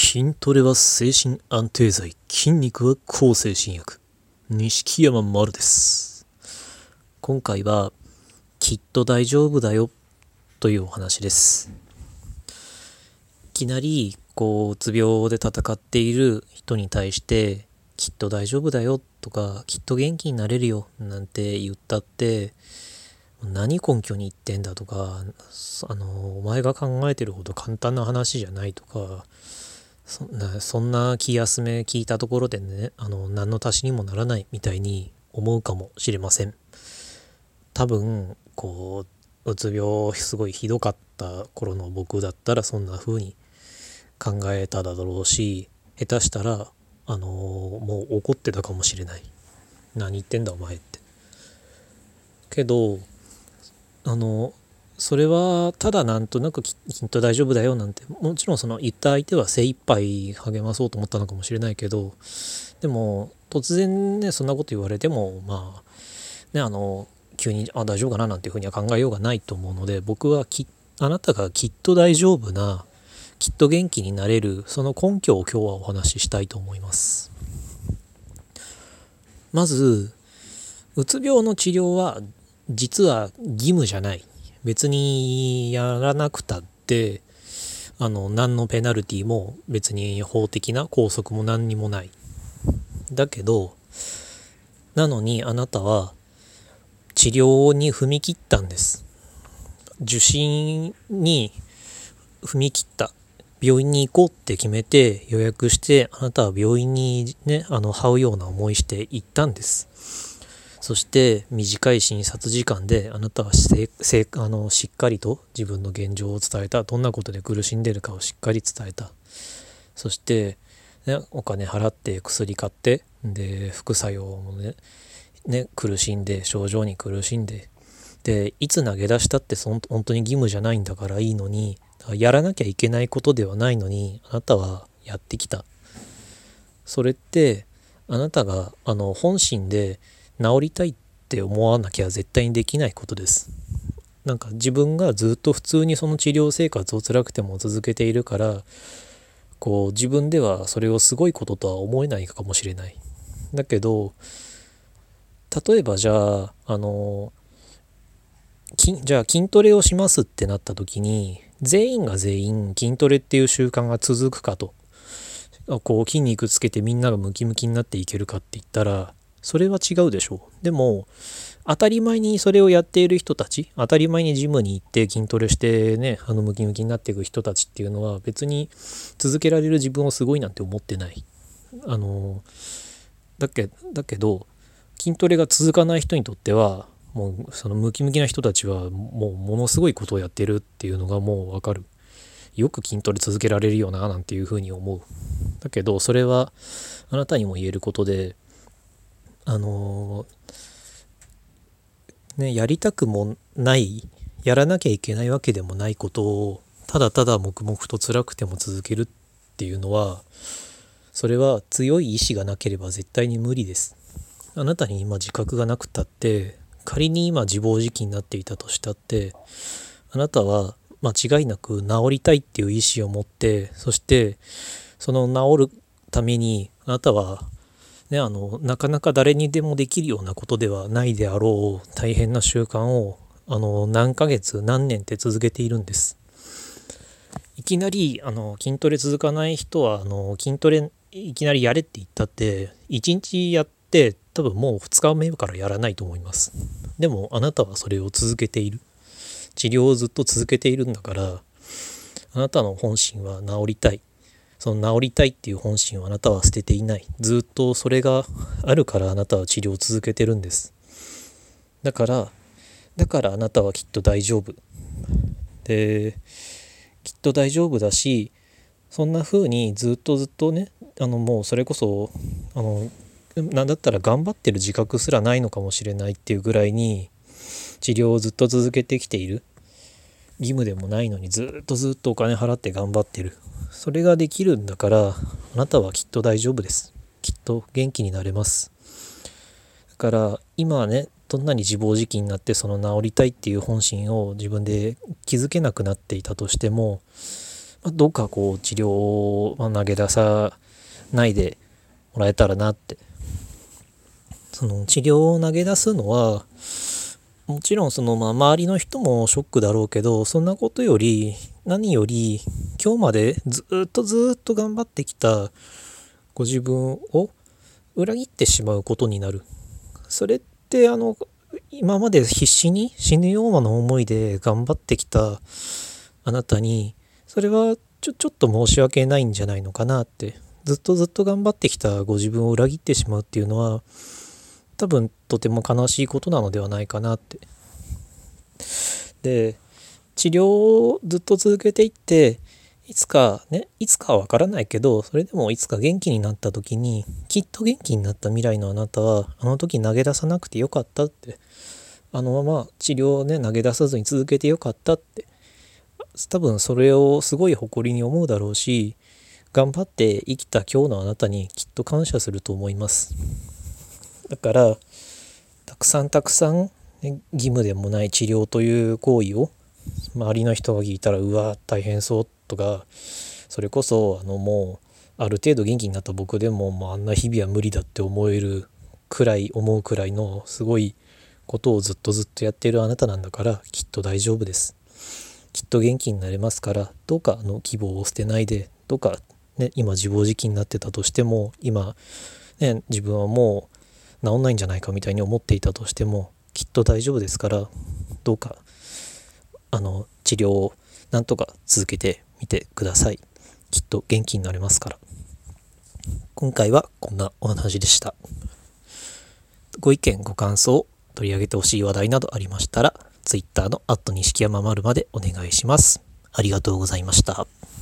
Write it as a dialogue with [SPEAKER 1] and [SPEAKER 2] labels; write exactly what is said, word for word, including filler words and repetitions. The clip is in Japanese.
[SPEAKER 1] 筋トレは精神安定剤、筋肉は抗精神薬。錦山丸です。今回はきっと大丈夫だよというお話です。いきなりこううつ病で戦っている人に対してきっと大丈夫だよとかきっと元気になれるよなんて言ったって何根拠に言ってんだとか、あのお前が考えてるほど簡単な話じゃないとか、そんなそんな気休め聞いたところでね、あの何の足しにもならないみたいに思うかもしれません。多分こううつ病すごいひどかった頃の僕だったらそんな風に考えただろうし、下手したらあのもう怒ってたかもしれない。何言ってんだお前って。けどあのそれはただなんとなくききっと大丈夫だよなんて、もちろんその言った相手は精一杯励まそうと思ったのかもしれないけど、でも突然ねそんなこと言われてもまあねあの急にあ大丈夫かななんていうふうには考えようがないと思うので、僕はきあなたがきっと大丈夫な、きっと元気になれるその根拠を今日はお話ししたいと思います。まずうつ病の治療は実は義務じゃない。別にやらなくたってあの何のペナルティも別に法的な拘束も何にもない。だけどなのにあなたは治療に踏み切ったんです。受診に踏み切った。病院に行こうって決めて予約して、あなたは病院にねあの這うような思いして行ったんです。そして短い診察時間であなたはせせあのしっかりと自分の現状を伝えた。どんなことで苦しんでいるかをしっかり伝えた。そして、ね、お金払って薬買ってで副作用もね、ね苦しんで症状に苦しんででいつ投げ出したってそん本当に義務じゃないんだからいいのに、やらなきゃいけないことではないのにあなたはやってきた。それってあなたがあの本心で治りたいって思わなきゃ絶対にできないことです。なんか自分がずっと普通にその治療生活を辛くても続けているから、こう自分ではそれをすごいこととは思えないかもしれない。だけど例えばじゃああのじゃあ筋トレをしますってなった時に、全員が全員筋トレっていう習慣が続くかと、こう筋肉つけてみんながムキムキになっていけるかって言ったらそれは違うでしょう。でも当たり前にそれをやっている人たち、当たり前にジムに行って筋トレしてねあのムキムキになっていく人たちっていうのは別に続けられる自分をすごいなんて思ってない。あのだけだけど筋トレが続かない人にとってはもうそのムキムキな人たちはもうものすごいことをやってるっていうのがもう分かる。よく筋トレ続けられるよななんていうふうに思う。だけどそれはあなたにも言えることで、あのー、ねやりたくもない、やらなきゃいけないわけでもないことをただただ黙々と辛くても続けるっていうのは、それは強い意志がなければ絶対に無理です。あなたに今自覚がなくたって、仮に今自暴自棄になっていたとしたって、あなたは間違いなく治りたいっていう意志を持って、そしてその治るためにあなたはね、あのなかなか誰にでもできるようなことではないであろう大変な習慣をあの何ヶ月何年って続けているんです。いきなりあの筋トレ続かない人はあの筋トレいきなりやれって言ったっていちにちやって多分もうふつかめからやらないと思います。でもあなたはそれを続けている。治療をずっと続けているんだから、あなたの本心は治りたい。その治りたいっていう本心をあなたは捨てていない。ずっとそれがあるからあなたは治療を続けてるんです。だからだからあなたはきっと大丈夫で、きっと大丈夫だし、そんな風にずっとずっとね、あのもうそれこそあのなんだったら頑張ってる自覚すらないのかもしれないっていうぐらいに治療をずっと続けてきている。義務でもないのにずっとずっとお金払って頑張ってる。それができるんだからあなたはきっと大丈夫です。きっと元気になれます。だから今はねどんなに自暴自棄になってその治りたいっていう本心を自分で気づけなくなっていたとしても、 どうかこう治療を投げ出さないでもらえたらなって。その治療を投げ出すのはもちろんそのまあ周りの人もショックだろうけど、そんなことより何より今日までずっとずっと頑張ってきたご自分を裏切ってしまうことになる。それってあの今まで必死に死ぬような思いで頑張ってきたあなたに、それはちょちょっと申し訳ないんじゃないのかなって。ずっとずっと頑張ってきたご自分を裏切ってしまうっていうのは多分とても悲しいことなのではないかなって。で、治療をずっと続けていっていつかね、いつかはわからないけど、それでもいつか元気になった時に、きっと元気になった未来のあなたはあの時投げ出さなくてよかったって、あのまま治療をね投げ出さずに続けてよかったって、多分それをすごい誇りに思うだろうし、頑張って生きた今日のあなたにきっと感謝すると思います。だからたくさんたくさん、ね、義務でもない治療という行為を周りの人が聞いたらうわ大変そうとか、それこそあのもうある程度元気になった僕でも、もうあんな日々は無理だって思えるくらい思うくらいのすごいことをずっとずっとやっているあなたなんだから、きっと大丈夫です。きっと元気になれますから、どうかあの希望を捨てないで、どうかね、今自暴自棄になってたとしても、今ね自分はもう治んないんじゃないかみたいに思っていたとしてもきっと大丈夫ですから、どうかあの治療をなんとか続けてみてください。きっと元気になれますから。今回はこんなお話でした。ご意見ご感想、取り上げてほしい話題などありましたら Twitter のアット錦山丸までお願いします。ありがとうございました。